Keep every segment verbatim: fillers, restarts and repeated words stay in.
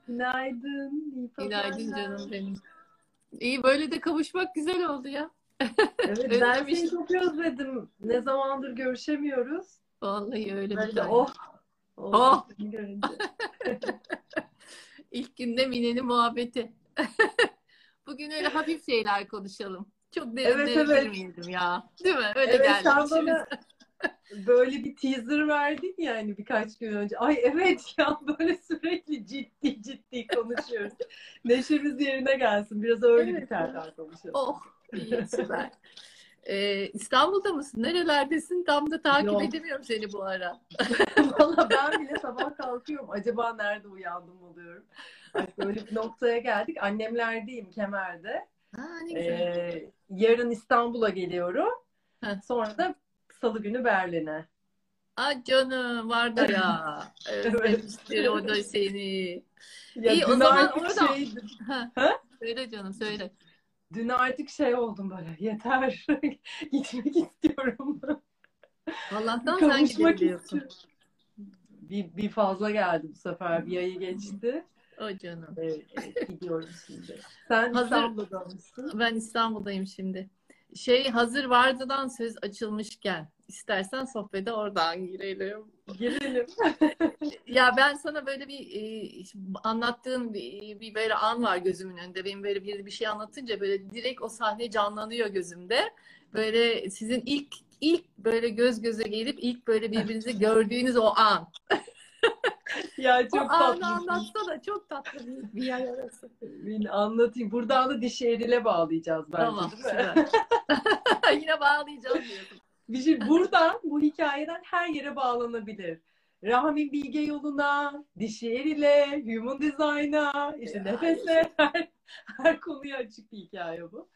Günaydın. İyi Günaydın pazarlar. canım benim. İyi böyle de kavuşmak güzel oldu ya. Evet, ben seni Özlemişim. çok özledim. Ne zamandır görüşemiyoruz. Vallahi öyle bir Böyle tane. oh oldum Oh! seni görünce. İlk günde Mine'nin muhabbeti. Bugün öyle hafif şeyler konuşalım. Çok Evet, derinlere evet. girmeyelim ya. Değil mi? Öyle Evet, geldi sen içimiz. bana böyle bir teaser verdin yani birkaç gün önce. Ay evet ya, böyle sürekli ciddi ciddi konuşuyoruz. Neşemiz yerine gelsin. Biraz öyle bir Evet ya. terden konuşalım. Oh! İyi, süper. Ee, İstanbul'da mısın? Nerelerdesin? Tam da takip Yok. edemiyorum seni bu ara. Valla ben bile sabah kalkıyorum. Acaba nerede uyandım oluyorum. Artık öyle bir noktaya geldik. Annemlerdeyim, Kemer'de. Ha, ne güzel. Ee, yarın İstanbul'a geliyorum. Heh. Sonra da Salı günü Berlin'e. Ah canım var da ya. Evet. Özlemiştir o da seni. İyi Ya o dün zaman artık oradan. şeydi. Ha, Ha? söyle canım söyle. Dün artık şey oldum böyle. Yeter. Gitmek istiyorum. Allah'tan sen Kavuşmak gidebiliyorsun. istiyorum. Bir, bir fazla geldi bu sefer. Bir ayı geçti. O canım. Evet, evet, gidiyorum şimdi. Sen Hazır İstanbul'da mısın? ben İstanbul'dayım şimdi. Şey hazır vardıdan söz açılmışken istersen sohbete oradan girelim. Girelim. Ya ben sana böyle bir e, anlattığın bir, bir böyle an var gözümün önünde. Benim böyle bir bir şey anlatınca böyle direkt o sahne canlanıyor gözümde. Böyle sizin ilk ilk böyle göz göze gelip ilk böyle birbirinizi gördüğünüz o an. Ya O çok anı tatlısın. anlatsana çok tatlı bir, bir yer arası. Bir anlatayım. Buradan da dişi erile bağlayacağız bence, Tamam değil mi? süper. Yine bağlayacağım diyorsun. Bir şey buradan, bu hikayeden her yere bağlanabilir. Rahmin Bilge yoluna, dişi erile, human design'a, işte Ya, nefese, her, her konuya açık bir hikaye bu.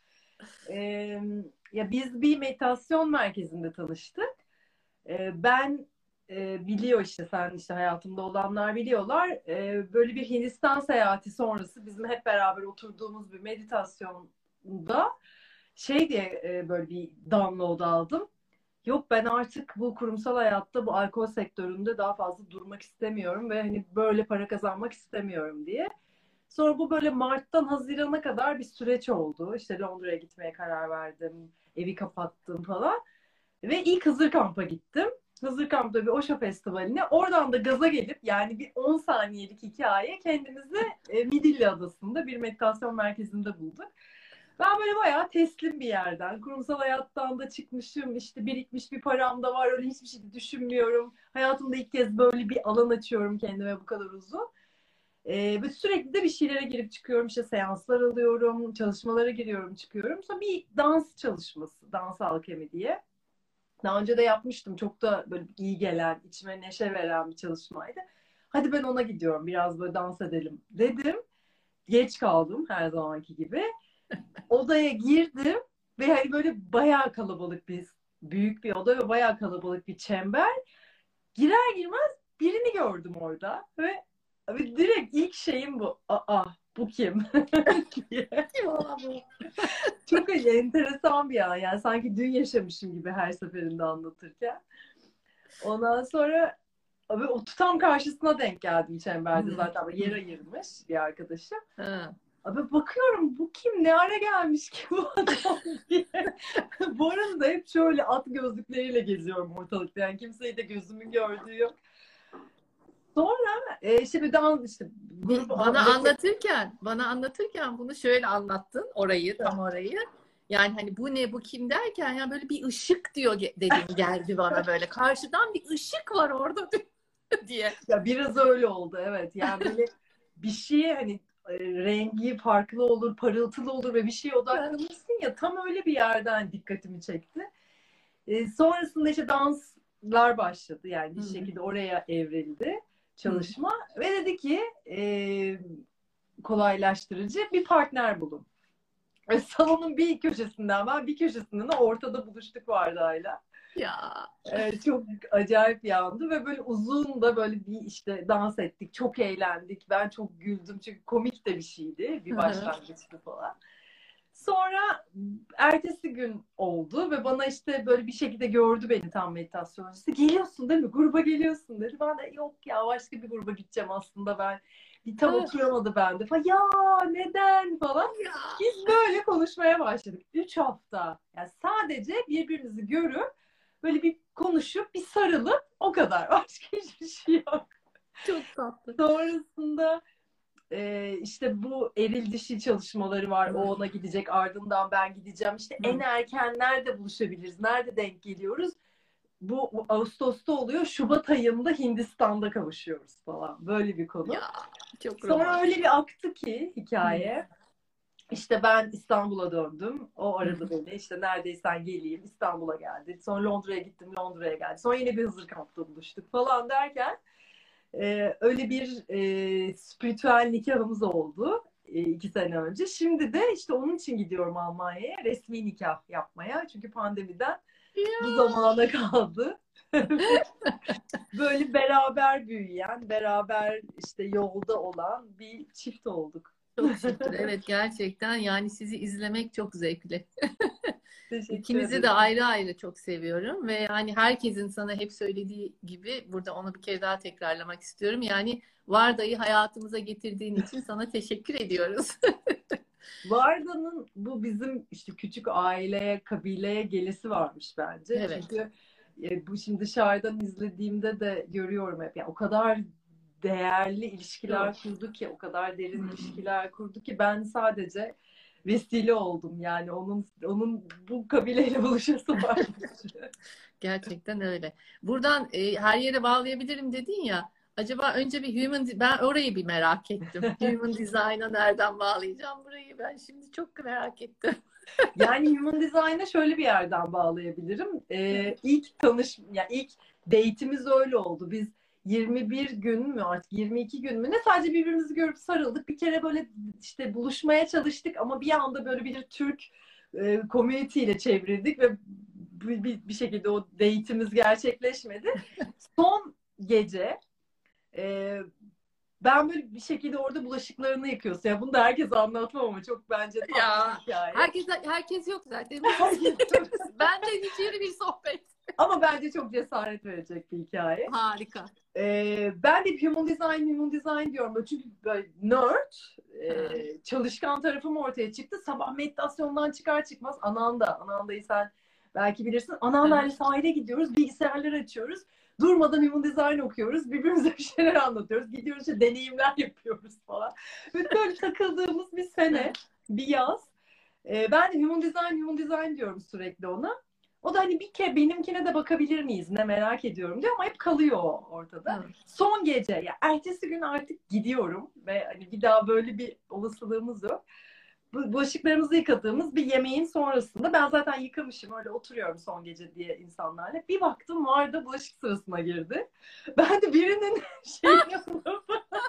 Ee, ya biz bir meditasyon merkezinde tanıştık. Ee, ben e, biliyor işte sen işte hayatımda olanlar biliyorlar. Ee, böyle bir Hindistan seyahati sonrası bizim hep beraber oturduğumuz bir meditasyonda şey diye e, böyle bir download aldım. Yok, ben artık bu kurumsal hayatta bu alkol sektöründe daha fazla durmak istemiyorum ve hani böyle para kazanmak istemiyorum diye. Sonra bu böyle Mart'tan Haziran'a kadar bir süreç oldu. İşte Londra'ya gitmeye karar verdim. Evi kapattım falan. Ve ilk Hızır Kamp'a gittim. Hızır Kamp'ta bir Osho Festivali'ne. Oradan da gaza gelip yani bir on saniyelik hikaye kendimizi e, Midilli Adası'nda bir meditasyon merkezinde bulduk. Ben böyle bayağı teslim bir yerden, kurumsal hayattan da çıkmışım, işte birikmiş bir param da var, öyle hiçbir şey de düşünmüyorum. Hayatımda ilk kez böyle bir alan açıyorum kendime bu kadar uzun. Ee, ve sürekli de bir şeylere girip çıkıyorum, işte seanslar alıyorum, çalışmalara giriyorum, çıkıyorum. Sonra bir dans çalışması, dans alkemi diye. Daha önce de yapmıştım, çok da böyle iyi gelen, içime neşe veren bir çalışmaydı. Hadi ben ona gidiyorum, biraz böyle dans edelim dedim. Geç kaldım her zamanki gibi. Odaya girdim ve hani böyle bayağı kalabalık bir büyük bir oda ve bayağı kalabalık bir çember. Girer girmez birini gördüm orada ve, ve direkt ilk şeyim bu. Aa, bu kim? diye. Kim ola bu? Çok enteresan bir an. Yani sanki dün yaşamışım gibi her seferinde anlatırken. Ondan sonra abi, o tam karşısına denk geldim çemberde, Hmm. zaten yer ayırmış bir arkadaşım. Ha. Abi bakıyorum, bu kim, ne ara gelmiş ki bu adam diye. Bu arada da hep şöyle at gözlükleriyle geziyorum ortalıkta. Yani kimseyi de gözümün gördüğü yok. Sonra e, işte bir dans işte Bir, grubu bana hareket. anlatırken, bana anlatırken bunu şöyle anlattın orayı, tam orayı. Yani hani bu ne, bu kim derken ya böyle bir ışık diyor ge- dedin geldi bana böyle. Karşıdan bir ışık var orada diye. Ya biraz öyle oldu, evet. Yani böyle bir şeye hani e, rengi farklı olur, parıltılı olur ve bir şeye odaklanırsın ya, tam öyle bir yerden dikkatimi çekti. E, sonrasında işte danslar başladı. Yani bir Hı şekilde oraya evrildi hı. çalışma. Ve dedi ki e, kolaylaştırıcı bir partner bulun. Ve salonun bir köşesinden ben bir köşesinden de ortada buluştuk Varda'yla. Ya. E, çok acayip bir andı ve böyle uzun da böyle bir işte dans ettik. Çok eğlendik. Ben çok güldüm çünkü komik de bir şeydi. Hı Bir hı. başlangıçtı falan. Sonra ertesi gün oldu ve bana işte böyle bir şekilde gördü beni tam meditasyoncusu. Geliyorsun değil mi? Gruba geliyorsun dedi. Ben de yok ya, başka bir gruba gideceğim aslında ben. Bir tam oturamadı bende falan. Ya neden falan. Ya. Biz böyle konuşmaya başladık. Üç hafta. Yani sadece birbirimizi görüp böyle bir konuşup bir sarılıp o kadar. Başka hiçbir şey yok. Çok tatlı. Sonrasında e, işte bu eril dişil çalışmaları var. O ona gidecek, ardından ben gideceğim. İşte Hı. en erken nerede buluşabiliriz? Nerede denk geliyoruz? Bu Ağustos'ta oluyor. Şubat ayında Hindistan'da kavuşuyoruz falan. Böyle bir konu. Ya çok Sonra romantik. öyle bir aktı ki Hı. hikaye. İşte ben İstanbul'a döndüm. O Hı. aradı beni. İşte neredeysen geleyim. İstanbul'a geldi. Sonra Londra'ya gittim. Londra'ya geldi. Sonra yine bir Hızır kampta buluştuk falan derken e, öyle bir e, spiritüel nikahımız oldu. E, iki sene önce. Şimdi de işte onun için gidiyorum Almanya'ya. Resmi nikah yapmaya. Çünkü pandemiden bu Ya. zamana kaldı. Böyle beraber büyüyen, beraber işte yolda olan bir çift olduk. Çok şükür. Evet, gerçekten yani sizi izlemek çok zevkli. Teşekkür İkinizi de ederim. ayrı ayrı çok seviyorum ve yani herkesin sana hep söylediği gibi burada onu bir kere daha tekrarlamak istiyorum. Yani Varda'yı hayatımıza getirdiğin için sana teşekkür ediyoruz. Varda'nın bu bizim işte küçük aileye, kabileye gelesi varmış bence. Evet. Çünkü e, bu şimdi dışarıdan izlediğimde de görüyorum hep. Yani o kadar değerli ilişkiler Çok. kurdu ki, o kadar derin ilişkiler kurdu ki ben sadece vesile oldum. Yani onun onun bu kabileyle buluşması varmış. Gerçekten öyle. Buradan e, her yere bağlayabilirim dedin ya. Acaba önce bir human, ben orayı bir merak ettim. Human design'a nereden bağlayacağım burayı? Ben şimdi çok merak ettim. Yani Human Design'a şöyle bir yerden bağlayabilirim. Ee, ilk tanış, yani ilk date'imiz öyle oldu. Biz yirmi bir gün mü artık yirmi iki gün mü ne sadece birbirimizi görüp sarıldık. Bir kere böyle işte buluşmaya çalıştık ama bir anda böyle bir Türk e, community ile çevrildik ve bir, bir, bir şekilde o date'imiz gerçekleşmedi. Son gece e, ben böyle bir şekilde orada bulaşıklarını yıkıyorsun. Yani bunu da herkese anlatmam ama çok bence tatlı Ya bir hikaye. herkes herkes yok zaten. Bence hiç yeni bir sohbet. Ama bence çok cesaret verecek bir hikaye. Harika. Ee, ben de human design, human design diyorum. Böyle çünkü böyle nerd, Ha. e, çalışkan tarafım ortaya çıktı. Sabah meditasyondan çıkar çıkmaz Ananda, Ananda'yı sen belki bilirsin. Ananda'yla sahile gidiyoruz, bilgisayarları açıyoruz. Durmadan human design okuyoruz. Birbirimize bir şeyler anlatıyoruz. Gidiyoruz işte deneyimler yapıyoruz falan. Ve böyle takıldığımız bir sene, bir yaz. Ee, ben de human design, human design diyorum sürekli ona. O da hani bir kere benimkine de bakabilir miyiz ne merak ediyorum diyor ama hep kalıyor o ortada. Ha. Son gece ya ertesi gün artık gidiyorum ve hani bir daha böyle bir olasılığımız yok. Bu bulaşıklarımızı yıkadığımız bir yemeğin sonrasında ben zaten yıkamışım öyle oturuyorum son gece diye insanlarla. Bir baktım vardı bulaşık sırasına girdi. Ben de birinin şeyini alıp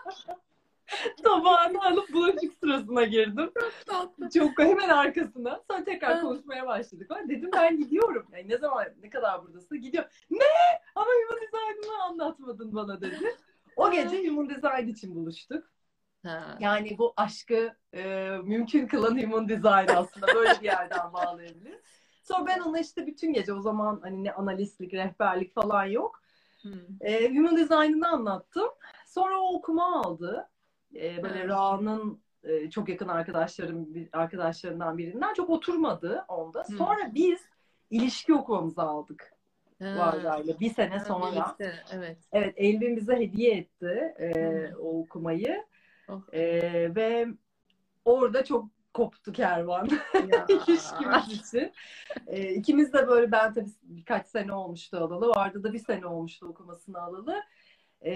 tabağını alıp bulaşık sırasına girdim. Tatlı. Çok hemen arkasına. Sonra tekrar Ha. konuşmaya başladık. Ben dedim ben gidiyorum. Yani ne zaman ne kadar buradasın? Gidiyorum. Ne? Ama Human Design'ını anlatmadın bana dedi. O gece Human Design için buluştuk. Ha. Yani bu aşkı e, mümkün kılan Human Design aslında. Böyle bir yerden bağlayabiliriz. Sonra ben ona işte bütün gece o zaman hani ne analistlik, rehberlik falan yok. Hmm. E, Human Design'ını anlattım. Sonra o okuma aldı. E, böyle Ha. Ra'nın e, çok yakın arkadaşlarım bir- arkadaşlarından birinden çok oturmadı onda. Hmm. Sonra biz ilişki okumamızı aldık Ha. Varda'yla bir sene Ha, sonra. birlikte, evet. Evet, Elvin bize hediye etti e, Hmm. o okumayı. Oh. E, ve orada çok koptu kervan Ya. ilişkimiz için. E, ikimiz de böyle ben tabii birkaç sene olmuştu alalı. Vardı da bir sene olmuştu okumasını alalı. E,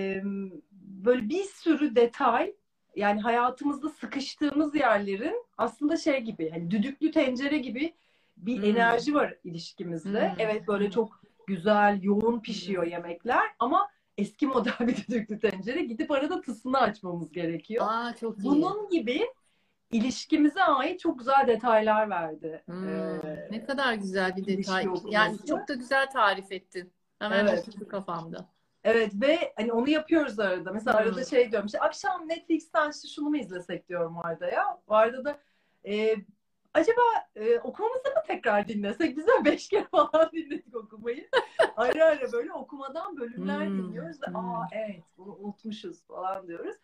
böyle bir sürü detay yani hayatımızda sıkıştığımız yerlerin aslında şey gibi hani düdüklü tencere gibi bir Hmm. enerji var ilişkimizde. Hmm. Evet böyle Hmm. çok güzel, yoğun pişiyor Hmm. yemekler ama eski model bir düdüklü tencere gidip arada tısını açmamız gerekiyor. Aa, çok iyi. Bunun gibi ilişkimize ait çok güzel detaylar verdi. Hmm. Ee, Ne kadar güzel bir ilişki detay. Yani okuması. çok da güzel tarif ettin. Hemen Evet. oturdu kafamda. Evet ve hani onu yapıyoruz arada. Mesela Hmm. arada şey diyorum işte akşam Netflix'ten işte şunu mu izlesek diyorum Arda'ya. Arda da e, acaba e, okumamızı mı tekrar dinlesek? Biz de beş kere falan dinledik okumayı. Ara ara böyle okumadan bölümler Hmm. dinliyoruz ve Hmm. aa evet bunu unutmuşuz falan diyoruz.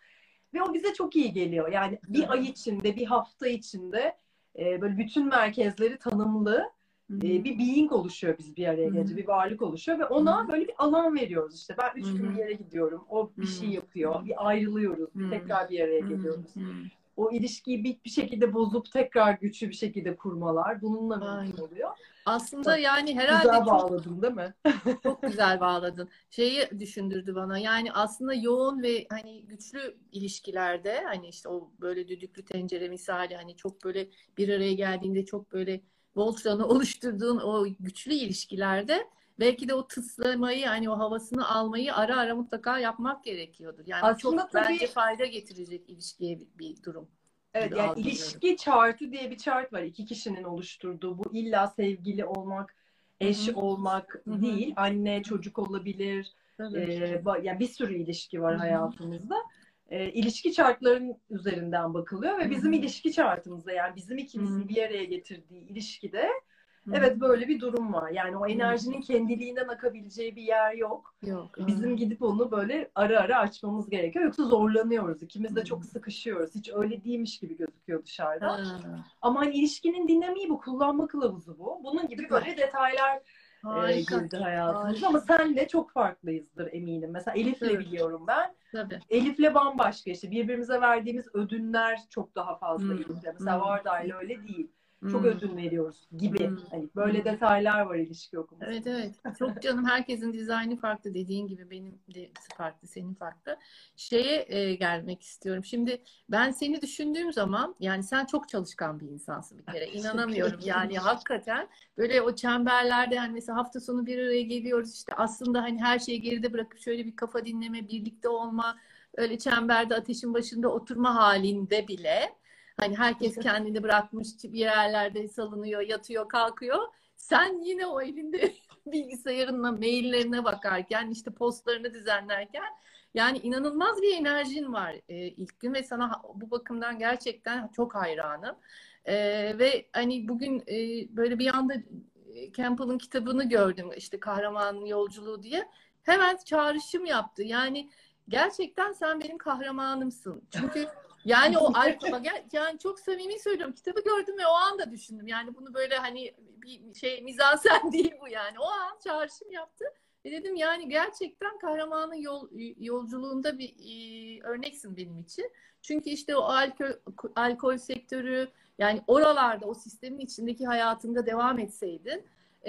Ve o bize çok iyi geliyor. Yani bir ay içinde, bir hafta içinde e, böyle bütün merkezleri tanımlı Hı e, hı. bir being oluşuyor biz bir araya Hı gelince. hı. Bir varlık oluşuyor ve Hı ona hı. böyle bir alan veriyoruz işte. Ben Hı üç gün bir hı. yere gidiyorum. O Hı bir şey hı. yapıyor. Bir ayrılıyoruz. Hı Bir hı. tekrar bir araya Hı hı. geliyoruz. Hı. O ilişkiyi bir, bir şekilde bozup tekrar güçlü bir şekilde kurmalar. Bununla mümkün Aynen. oluyor. Aslında Bak, yani herhalde güzel çok bağladın değil mi? çok güzel bağladın. Şeyi düşündürdü bana. Yani aslında yoğun ve hani güçlü ilişkilerde hani işte o böyle düdüklü tencere misali hani çok böyle bir araya geldiğinde çok böyle Voltran'ı oluşturduğun o güçlü ilişkilerde belki de o tıslamayı hani o havasını almayı ara ara mutlaka yapmak gerekiyordur. Yani bu Aslında çok bence tabii fayda getirecek ilişkiye bir, bir durum evet, gibi yani algılıyorum. ilişki chartı diye bir chart var. İki kişinin oluşturduğu. Bu illa sevgili olmak, Hı eş hı. olmak Hı hı. değil. Anne, çocuk olabilir. Ee, Tabii. ba- yani bir sürü ilişki var Hı hı. hayatımızda. Ee, ilişki chartların üzerinden bakılıyor Hı ve bizim hı. ilişki chartımızda yani bizim Hı hı. ikimizin bir araya getirdiği ilişkide Hı hı. evet böyle bir durum var. Yani o Hı. enerjinin kendiliğinden akabileceği bir yer yok. Yok. Aa. Bizim gidip onu böyle ara ara açmamız gerekiyor. Yoksa zorlanıyoruz. İkimiz de çok Hı. sıkışıyoruz. Hiç öyle değilmiş gibi gözüküyor dışarıdan. Ha. Ama hani ilişkinin dinamiği bu. Kullanma kılavuzu bu. Bunun gibi Süper. böyle detaylar e, Harika. girdi hayatımıza. Ama Harika. senle çok farklıyızdır eminim. Mesela Elif'le Tabii. biliyorum ben. Tabii. Elif'le bambaşka işte. Birbirimize verdiğimiz ödünler çok daha fazla Hmm. Elif'le. Mesela Hmm. Varda'yla öyle değil. Çok Hmm. ödün veriyoruz gibi. Hmm. Hani böyle Hmm. detaylar var ilişki Evet, okumasında. evet. Çok canım, herkesin dizaynı farklı, dediğin gibi benim de farklı, senin farklı. Şeye e, gelmek istiyorum. Şimdi ben seni düşündüğüm zaman yani sen çok çalışkan bir insansın bir kere. Teşekkür İnanamıyorum ederim. yani hakikaten. Böyle o çemberlerde yani mesela hafta sonu bir araya geliyoruz işte aslında hani her şeyi geride bırakıp şöyle bir kafa dinleme, birlikte olma, öyle çemberde ateşin başında oturma halinde bile hani herkes kendini bırakmış bir yerlerde salınıyor, yatıyor, kalkıyor. Sen yine o elinde bilgisayarınla maillerine bakarken işte postlarını düzenlerken yani inanılmaz bir enerjin var e, ilk gün ve sana bu bakımdan gerçekten çok hayranım. E, ve hani bugün e, böyle bir anda e, Campbell'ın kitabını gördüm işte Kahramanın Yolculuğu diye. Hemen çağrışım yaptı. Yani gerçekten sen benim kahramanımsın. Çünkü yani o alfa, yani çok samimi söylüyorum. Kitabı gördüm ve o anda düşündüm. Yani bunu böyle hani bir şey mizansen değil bu yani. O an çağrışım yaptı. Ve dedim yani gerçekten kahramanın yol, yolculuğunda bir e, örneksin benim için. Çünkü işte o alkol, alkol sektörü yani oralarda o sistemin içindeki hayatında devam etseydin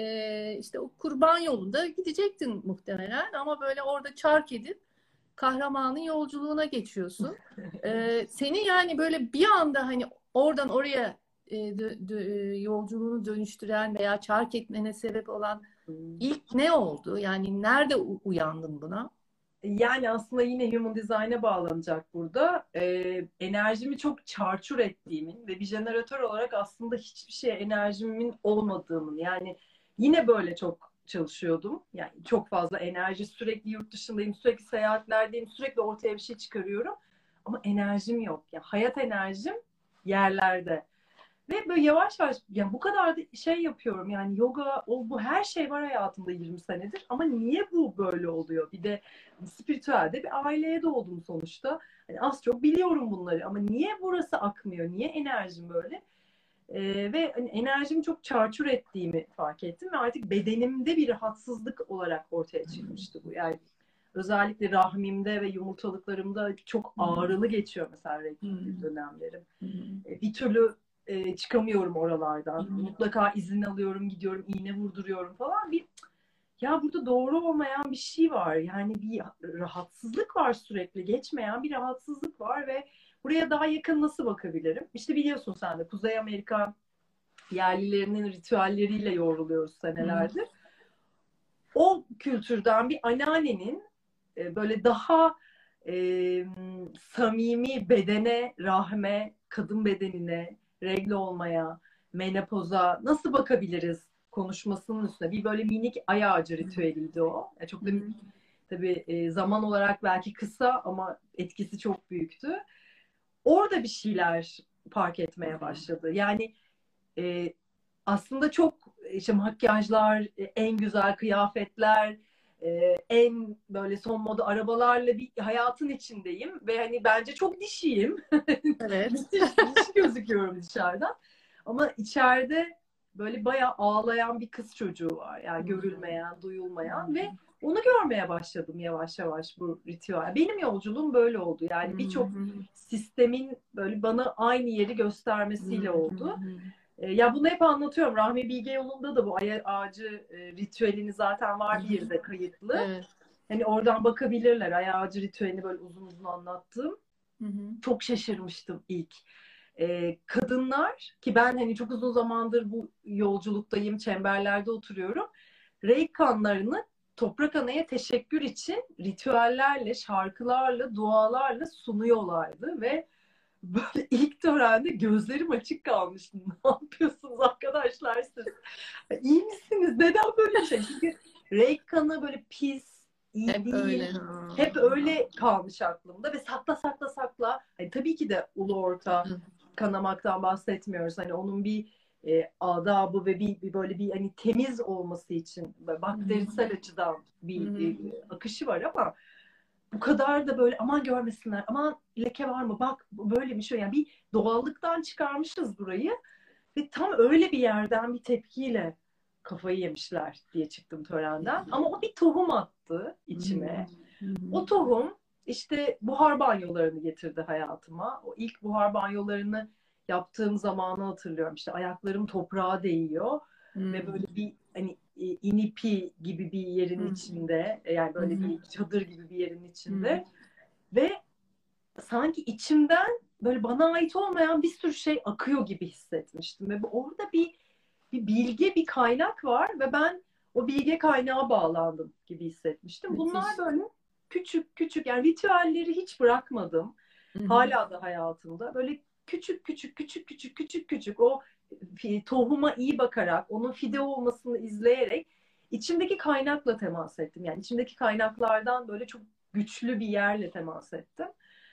e, işte o kurban yolunda gidecektin muhtemelen ama böyle orada çark edip kahramanın yolculuğuna geçiyorsun. Ee, seni yani böyle bir anda hani oradan oraya e, dö- dö- yolculuğunu dönüştüren veya çark etmene sebep olan ilk ne oldu? Yani nerede u- uyandın buna? Yani aslında yine human design'e bağlanacak burada. Ee, enerjimi çok çarçur ettiğimin ve bir jeneratör olarak aslında hiçbir şeye enerjimin olmadığımın. Yani yine böyle çok çalışıyordum. Yani çok fazla enerji, sürekli yurt dışındayım, sürekli seyahatlerdeyim, sürekli ortaya bir şey çıkarıyorum. Ama enerjim yok. Yani hayat enerjim yerlerde. Ve böyle yavaş yavaş yani bu kadar da şey yapıyorum yani yoga o bu her şey var hayatımda yirmi senedir ama niye bu böyle oluyor? Bir de spiritüelde bir aileye doğdum sonuçta. Hani az çok biliyorum bunları ama niye burası akmıyor? Niye enerjim böyle? Ee, ve hani enerjimi çok çarçur ettiğimi fark ettim ve artık bedenimde bir rahatsızlık olarak ortaya çıkmıştı bu. Yani özellikle rahmimde ve yumurtalıklarımda çok ağrılı geçiyor mesela regl dönemlerim. E, bir türlü e, çıkamıyorum oralardan. Mutlaka izin alıyorum, gidiyorum, iğne vurduruyorum falan. Bir ya burada doğru olmayan bir şey var. Yani bir rahatsızlık var sürekli. Geçmeyen bir rahatsızlık var ve buraya daha yakın nasıl bakabilirim? İşte biliyorsun sen de Kuzey Amerika yerlilerinin ritüelleriyle yoğruluyoruz senelerdir. O kültürden bir anneannenin e, böyle daha e, samimi bedene, rahme, kadın bedenine, regle olmaya, menopoza nasıl bakabiliriz konuşmasının üstüne. Bir böyle minik ay ağacı ritüeliydi o. Yani çok da tabii e, zaman olarak belki kısa ama etkisi çok büyüktü. Orada bir şeyler fark etmeye başladı. Yani e, aslında çok işte makyajlar, en güzel kıyafetler, e, en böyle son moda arabalarla bir hayatın içindeyim ve hani bence çok dişiyim. Evet. Müthiş dişi gözüküyorum dışarıdan. Ama içeride böyle bayağı ağlayan bir kız çocuğu var. Yani görülmeyen, duyulmayan ve onu görmeye başladım yavaş yavaş bu ritüel. Benim yolculuğum böyle oldu. Yani birçok sistemin böyle bana aynı yeri göstermesiyle oldu. Ya bunu hep anlatıyorum. Rahmi Bilge Yolu'nda da bu ay ağacı e, ritüelini zaten var bir yerde kayıtlı. Evet. Hani oradan bakabilirler. Ay ağacı ritüelini böyle uzun uzun anlattım. Hı hı. Çok şaşırmıştım ilk. E, kadınlar ki ben hani çok uzun zamandır bu yolculuktayım, çemberlerde oturuyorum. Reik kanlarını Toprak Ana'ya teşekkür için ritüellerle, şarkılarla, dualarla sunuyorlardı ve böyle ilk törende gözlerim açık kalmıştı. Ne yapıyorsunuz arkadaşlar siz? İyi misiniz? Neden böyle bir şey? Çünkü Reik kanı böyle pis, iyi Hep değil. öyle. Hep öyle kalmış aklımda ve sakla sakla sakla. Hani tabii ki de ulu orta kanamaktan bahsetmiyoruz. Hani onun bir e, adabı ve bir, bir böyle bir hani temiz olması için bakterisel açıdan bir e, akışı var ama bu kadar da böyle aman görmesinler, aman leke var mı, bak böyle bir şey. Yani bir doğallıktan çıkarmışız burayı ve tam öyle bir yerden bir tepkiyle kafayı yemişler diye çıktım törenden. Ama o bir tohum attı içime. O tohum işte buhar banyolarını getirdi hayatıma. O ilk buhar banyolarını yaptığım zamanı hatırlıyorum. İşte ayaklarım toprağa değiyor ve böyle bir hani inipi gibi bir yerin içinde, yani böyle bir çadır gibi bir yerin içinde ve sanki içimden böyle bana ait olmayan bir sürü şey akıyor gibi hissetmiştim ve orada bir bir bilge, bir kaynak var ve ben o bilge kaynağa bağlandım gibi hissetmiştim. Bunlar böyle küçük küçük, yani ritüelleri hiç bırakmadım. Hala da hayatımda böyle küçük küçük küçük küçük küçük küçük o tohuma iyi bakarak, onun fide olmasını izleyerek içimdeki kaynakla temas ettim. Yani içimdeki kaynaklardan böyle çok güçlü bir yerle temas ettim.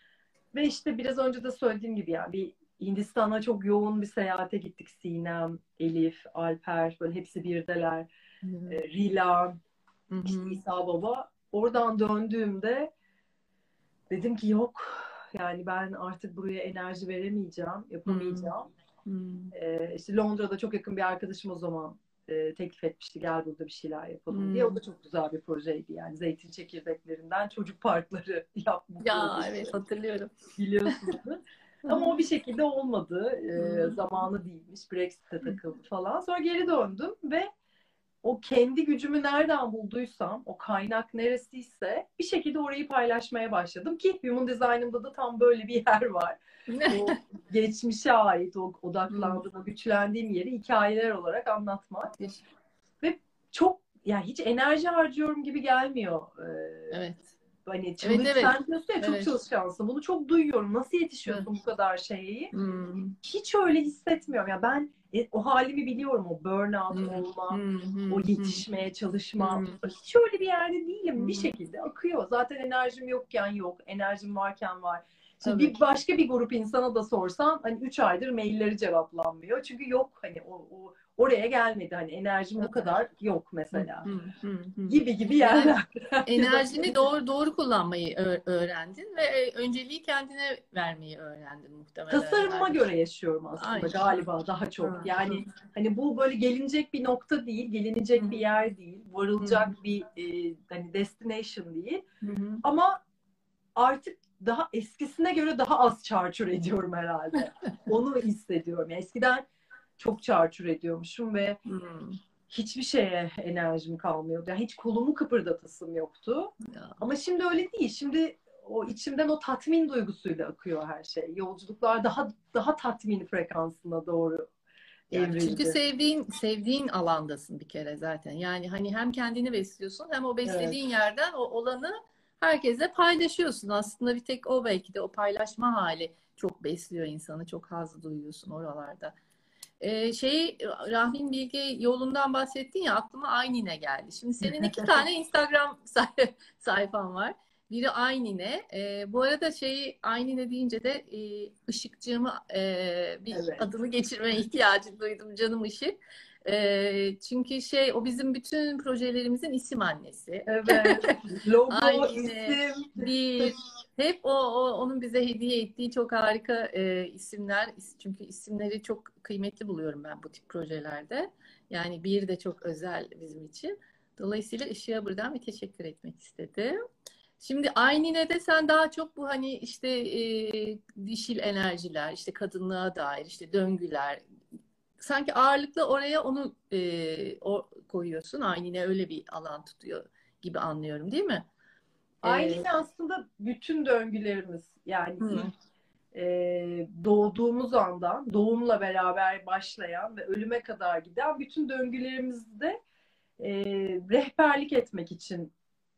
Ve işte biraz önce de söylediğim gibi yani bir Hindistan'a çok yoğun bir seyahate gittik. Sinem, Elif, Alper, böyle hepsi birdeler. E, Rila, işte İsa Baba. Oradan döndüğümde dedim ki yok, yani ben artık buraya enerji veremeyeceğim, yapamayacağım. E, işte Londra'da çok yakın bir arkadaşım o zaman e, teklif etmişti, gel burada bir şeyler yapalım diye. O da çok güzel bir projeydi yani, zeytin çekirdeklerinden çocuk parkları yapma Ya projesi. evet, hatırlıyorum. Biliyorsunuz. Ama o bir şekilde olmadı. E, zamanı değilmiş. Brexit'e takıldı falan. Sonra geri döndüm ve o kendi gücümü nereden bulduysam, o kaynak neresiyse bir şekilde orayı paylaşmaya başladım ki Human Design'ımda da tam böyle bir yer var. O geçmişe ait, o odaklandığım, o güçlendiğim yeri hikayeler olarak anlatmak. Ve çok, yani hiç enerji harcıyorum gibi gelmiyor. Ee, Evet. Hani çalış, Evet, evet. sen diyorsun ya çok Evet. çalışkansın. Bunu çok duyuyorum. Nasıl yetişiyorsun Evet. bu kadar şeyi? Hmm. Hiç öyle hissetmiyorum. Ya ben e, o halimi biliyorum. O burnout Hmm. olma, Hmm. o yetişmeye çalışma. Hmm. Hiç öyle bir yerde değilim. Hmm. Bir şekilde akıyor. Zaten enerjim yokken yok. Enerjim varken var. Şimdi Tabii. bir başka bir grup insana da sorsan hani üç aydır mailleri cevaplanmıyor. Çünkü yok hani o, o oraya gelmedi. Hani enerjim o kadar yok mesela. Hı, hı, hı. Gibi gibi Yani yerler. enerjini doğru doğru kullanmayı ö- öğrendin ve e, önceliği kendine vermeyi öğrendin muhtemelen Tasarımıma yani. göre yaşıyorum aslında Aynen. galiba daha çok. Hı, Yani hı, hani bu böyle gelinecek bir nokta değil, gelinecek bir hı, yer değil, hı, varılacak bir e, hani destination değil. hı, hı. Ama artık daha eskisine göre daha az çarçur ediyorum herhalde. Onu hissediyorum. Yani eskiden çok çarçur ediyormuşum ve Hmm. hiçbir şeye enerjim kalmıyordu. Yani hiç kolumu kıpırdatasım yoktu. Ya. Ama şimdi öyle değil. Şimdi o içimden o tatmin duygusuyla akıyor her şey. Yolculuklar daha daha tatmin frekansına doğru Yani çünkü evrildi. sevdiğin sevdiğin alandasın bir kere zaten. Yani hani hem kendini besliyorsun hem o Evet. beslediğin yerden o olanı herkesle paylaşıyorsun. Aslında bir tek o, belki de o paylaşma hali çok besliyor insanı. Çok haz duyuyorsun oralarda. Ee, şey Rahmin Bilge yolundan bahsettin ya, aklıma Aynine geldi. Şimdi senin iki tane Instagram say- sayfan var. Biri Aynine. Ee, bu arada şeyi Aynine deyince de e, ışıkçığımı e, bir Evet. adını geçirmeye ihtiyacı duydum. Canım Işık. Ee, çünkü şey o bizim bütün projelerimizin isim annesi. Evet. Logo, Aynen. isim. Bir hep o, o onun bize hediye ettiği çok harika e, isimler. İs- Çünkü isimleri çok kıymetli buluyorum ben bu tip projelerde. Yani bir de çok özel bizim için. Dolayısıyla Işık'a buradan bir teşekkür etmek istedim. Şimdi Aynine'de sen daha çok bu hani işte e, dişil enerjiler, işte kadınlığa dair işte döngüler, sanki ağırlıklı oraya onu e, o koyuyorsun. Aynine öyle bir alan tutuyor gibi anlıyorum, değil mi? Aynı E, aslında bütün döngülerimiz, yani ilk hı, e, doğduğumuz andan doğumla beraber başlayan ve ölüme kadar giden bütün döngülerimizde e, rehberlik etmek için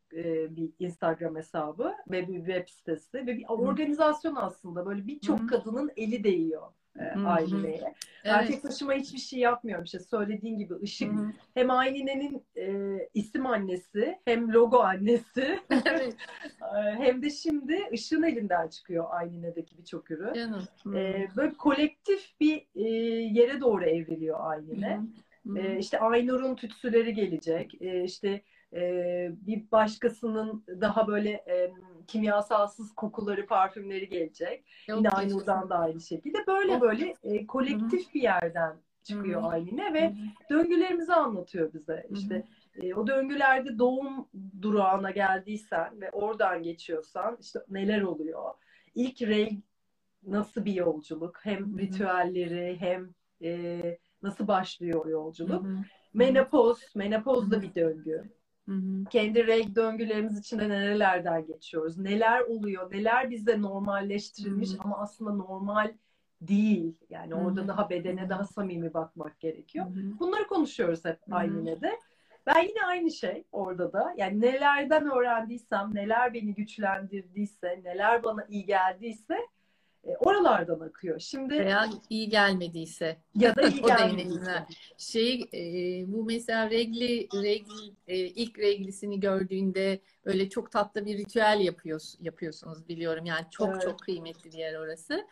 e, bir Instagram hesabı ve bir web sitesi ve bir hı, organizasyon aslında. Böyle birçok hı, kadının eli değiyor e, hı, hı. Aynine'ye. Ben tek Evet. başıma hiçbir şey yapmıyorum. İşte söylediğin gibi Hı, Işık hı. hem Aynine'nin e, isim annesi hem logo annesi Evet hem de şimdi Işık'ın elinden çıkıyor Aynine'deki birçok ürün. canım. Hı, E, böyle kolektif bir e, yere doğru evriliyor hı, Aynine. hı. E, işte Aynur'un tütsüleri gelecek. E, işte e, bir başkasının daha böyle e, kimyasalsız kokuları, parfümleri gelecek. Yine Çok Aynur'dan yaşasın. da aynı şekilde. Böyle Oh. böyle e, Hı, hı, kolektif bir yerden hı, çıkıyor Aynine hı, ve döngülerimizi anlatıyor bize. hı, hı, İşte e, o döngülerde doğum durağına geldiysen ve oradan geçiyorsan işte neler oluyor? İlk rey nasıl bir yolculuk? hı, Hem hı, ritüelleri hem e, nasıl başlıyor o hı, yolculuk? hı, hı, Menopoz, hı, menopoz da hı, bir döngü. hı, hı. Kendi reg döngülerimiz içinde nerelerden geçiyoruz? Neler oluyor? Neler bizde Hı, normalleştirilmiş hı, ama aslında normal değil. Yani hı, orada hı, daha hı, bedene daha samimi bakmak hı, gerekiyor. hı, Bunları konuşuyoruz hep hı, hı. aynı de. Ben yine aynı şey orada da. Yani nelerden öğrendiysem, neler beni güçlendirdiyse, neler bana iyi geldiyse e, oralardan akıyor. Şimdi Veya iyi gelmediyse ya da iyi o gelmediyse. deneyimler. Şey e, bu mesela regli regl e, ilk reglisini gördüğünde böyle çok tatlı bir ritüel yapıyoruz, yapıyorsunuz biliyorum. Yani çok Evet, çok kıymetli bir yer orası.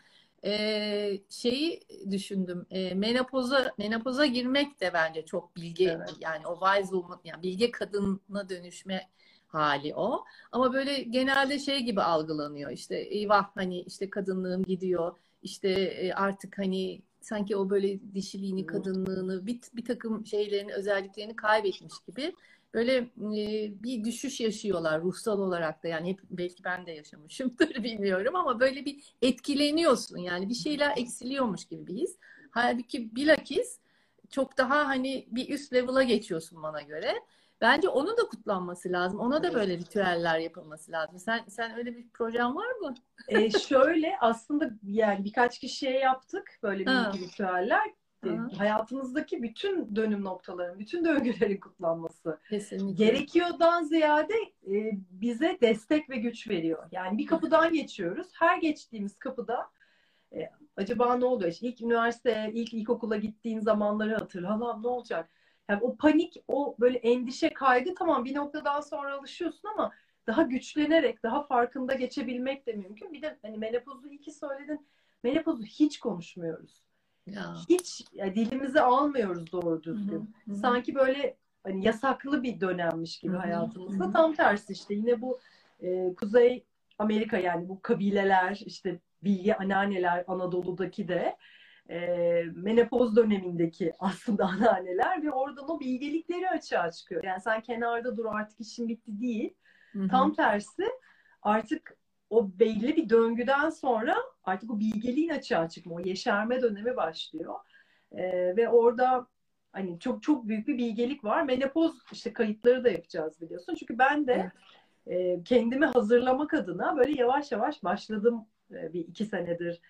E, şeyi düşündüm. E, menopoza menopoza girmek de bence çok bilge, evet. yani o wise woman, yani bilge kadına dönüşme hali o. Ama böyle genelde şey gibi algılanıyor. İşte eyvah, hani işte kadınlığım gidiyor. İşte e, artık hani sanki o böyle dişiliğini, kadınlığını, bir, bir takım şeylerini, özelliklerini kaybetmiş gibi böyle e, bir düşüş yaşıyorlar ruhsal olarak da. Yani hep, belki ben de yaşamışımdır bilmiyorum, ama böyle bir etkileniyorsun, yani bir şeyler eksiliyormuş gibi bir his. Halbuki bilakis çok daha hani bir üst level'a geçiyorsun bana göre. Bence onun da kutlanması lazım. Ona da Evet. böyle ritüeller yapılması lazım. Sen sen öyle bir projen var mı? E, şöyle aslında yani birkaç kişiye yaptık böyle minik Ha, ritüeller. E, ha. hayatımızdaki bütün dönüm noktaların, bütün döngülerin kutlanması Kesinlikle. gerekiyordan ziyade e, bize destek ve güç veriyor. Yani bir kapıdan geçiyoruz. Her geçtiğimiz kapıda e, acaba ne oluyor? İşte ilk üniversiteye, ilk ilkokula gittiğin zamanları hatırla. Allah'ım ne olacak? Yani o panik, o böyle endişe, kaygı, tamam bir noktadan sonra alışıyorsun ama daha güçlenerek, daha farkında geçebilmek de mümkün. Bir de hani menopozu iyi ki söyledin. Menopozu hiç konuşmuyoruz. Ya. Hiç ya, dilimize almıyoruz doğru Hı hı, düzgün. hı hı, Sanki böyle hani yasaklı bir dönemmiş hı gibi hı, hı hayatımızda. hı. Tam tersi işte yine bu e, Kuzey Amerika, yani bu kabileler, işte bilge anneanneler, Anadolu'daki de e, menopoz dönemindeki aslında anneanneler ve oradan o bilgelikleri açığa çıkıyor. Yani sen kenarda dur artık işin bitti değil. Hı hı. Tam tersi, artık o belli bir döngüden sonra artık o bilgeliğin açığa çıkma, o yeşerme dönemi başlıyor. Ee, ve orada hani çok çok büyük bir bilgelik var. Menopoz işte kayıtları da yapacağız biliyorsun. Çünkü ben de Evet. e, kendimi hazırlamak adına böyle yavaş yavaş başladım e, bir iki senedir.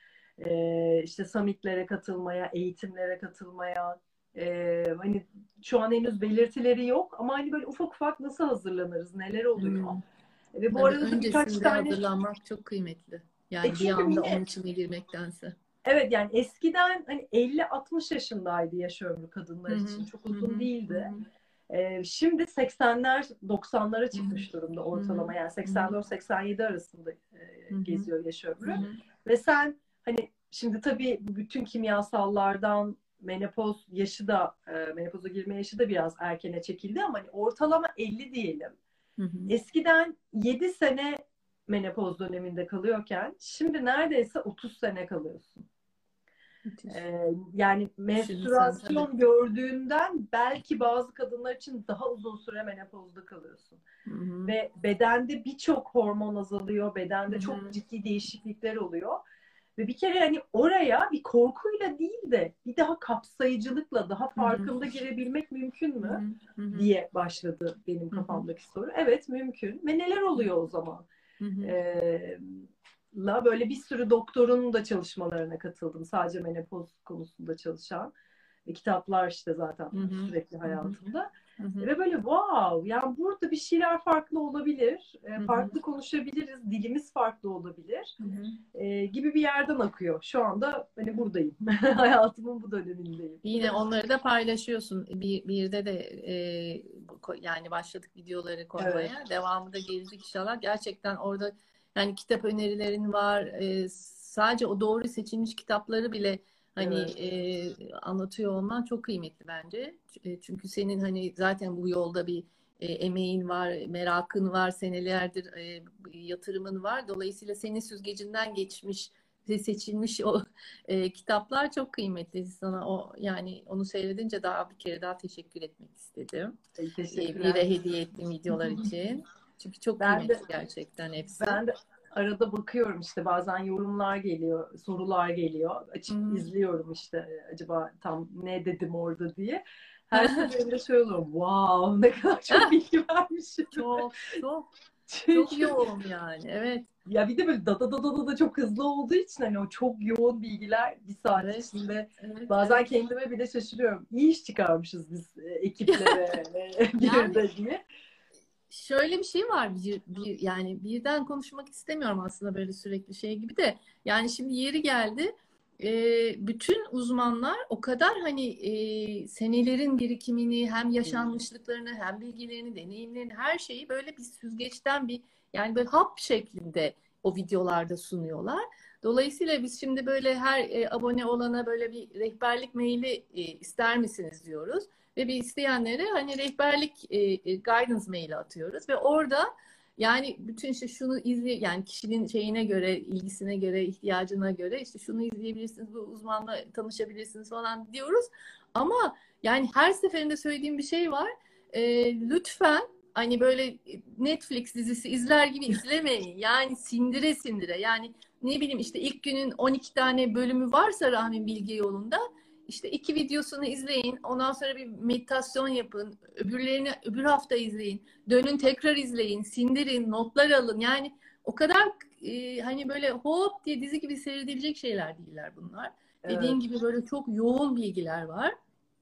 E, işte summitlere katılmaya, eğitimlere katılmaya. E, hani şu an henüz belirtileri yok ama hani böyle ufak ufak nasıl hazırlanırız, neler oluyor. Hmm. Ve bu Tabii arada da birkaç öncesinde tane hazırlanmak çok kıymetli. e Yani bir çünkü anda yine onun içine girmektense. evet, yani eskiden hani elli altmış yaşındaydı yaş ömrü Hı kadınlar hı, için. Çok hı uzun hı, hı değildi. hı, Ee, şimdi seksenler doksanlara hı hı, çıkmış durumda hı hı, ortalama. Yani hı hı, seksen dört seksen yedi arasında e, hı hı, geziyor yaş hı ömrü. hı. Ve sen hani şimdi tabii bütün kimyasallardan menopoz yaşı da e, menopoza girme yaşı da biraz erkene çekildi ama hani ortalama elli diyelim. Hı hı. Eskiden yedi sene menopoz döneminde kalıyorken şimdi neredeyse otuz sene kalıyorsun. Müthiş. Ee, yani Düşünürsen tabii. menstrüasyon gördüğünden belki bazı kadınlar için daha uzun süre menopozda kalıyorsun. Hı hı. Ve bedende birçok hormon azalıyor, bedende Hı hı. çok ciddi değişiklikler oluyor. Ve bir kere hani oraya bir korkuyla değil de bir daha kapsayıcılıkla, daha farkında girebilmek mümkün mü Hı hı. diye başladı benim Hı hı. kafamdaki soru. Evet, mümkün. Ve neler oluyor o zaman? Hı hı. Ee, la böyle bir sürü doktorun da çalışmalarına katıldım. Sadece menopoz konusunda çalışan. E, kitaplar işte zaten Hı hı. sürekli Hı hı. hayatımda. Hı hı. Ve böyle wow, yani burada bir şeyler farklı olabilir. E, Hı hı. farklı konuşabiliriz. Dilimiz farklı olabilir. Hı hı. E, gibi bir yerden akıyor. Şu anda hani buradayım. Hayatımın bu dönemindeyim. Yine onları da paylaşıyorsun. Bir, birde de e, ko- yani başladık videoları koymaya. Evet. Devamı da gelecek inşallah. Gerçekten orada yani kitap önerilerin var. E, sadece o doğru seçilmiş kitapları bile hani Evet. e, anlatıyor olman çok kıymetli bence. E, çünkü senin hani zaten bu yolda bir e, emeğin var, merakın var, senelerdir e, yatırımın var. Dolayısıyla senin süzgecinden geçmiş ve seçilmiş o e, kitaplar çok kıymetli. Sana o yani onu seyredince daha bir kere daha teşekkür etmek istedim. E, E, teşekkürler. biri hediye ettiğim videolar için. Çünkü çok Ben de kıymetli gerçekten hepsi. Ben de arada bakıyorum işte bazen yorumlar geliyor, sorular geliyor. Açıp Hı. izliyorum işte acaba tam ne dedim orada diye. Her seferinde şöyle oluyorum. Wow, ne kadar çok bilgi vermişim. Çok çok çok Çünkü yoğun yani. Evet. ya bir de böyle da da da da da da çok hızlı olduğu için hani o çok yoğun bilgiler bir saat Evet. içinde Evet. bazen Evet. kendime bile şaşırıyorum. İyi iş çıkarmışız biz e, ekiple ve e, bir Yani de diye. şöyle bir şey var bir, bir yani birden konuşmak istemiyorum aslında böyle sürekli şey gibi de yani şimdi yeri geldi e, bütün uzmanlar o kadar hani e, senelerin birikimini hem yaşanmışlıklarını hem bilgilerini deneyimlerini her şeyi böyle bir süzgeçten bir yani böyle hap şeklinde o videolarda sunuyorlar. Dolayısıyla biz şimdi böyle her e, abone olana böyle bir rehberlik maili e, ister misiniz diyoruz. Ve bir isteyenlere hani rehberlik e, e, guidance maili atıyoruz ve orada yani bütün işte şunu izle yani kişinin şeyine göre, ilgisine göre, ihtiyacına göre işte şunu izleyebilirsiniz, bu uzmanla tanışabilirsiniz falan diyoruz. Ama yani her seferinde söylediğim bir şey var. E, lütfen hani böyle Netflix dizisi izler gibi izlemeyin. Yani sindire sindire. Yani ne bileyim işte ilk günün on iki tane bölümü varsa Rahmin Bilge Yolu'nda işte iki videosunu izleyin. Ondan sonra bir meditasyon yapın. Öbürlerini öbür hafta izleyin. Dönün tekrar izleyin. Sindirin. Notlar alın. Yani o kadar e, hani böyle hop diye dizi gibi seyredilecek şeyler değiller bunlar. Evet. Dediğin gibi böyle çok yoğun bilgiler var.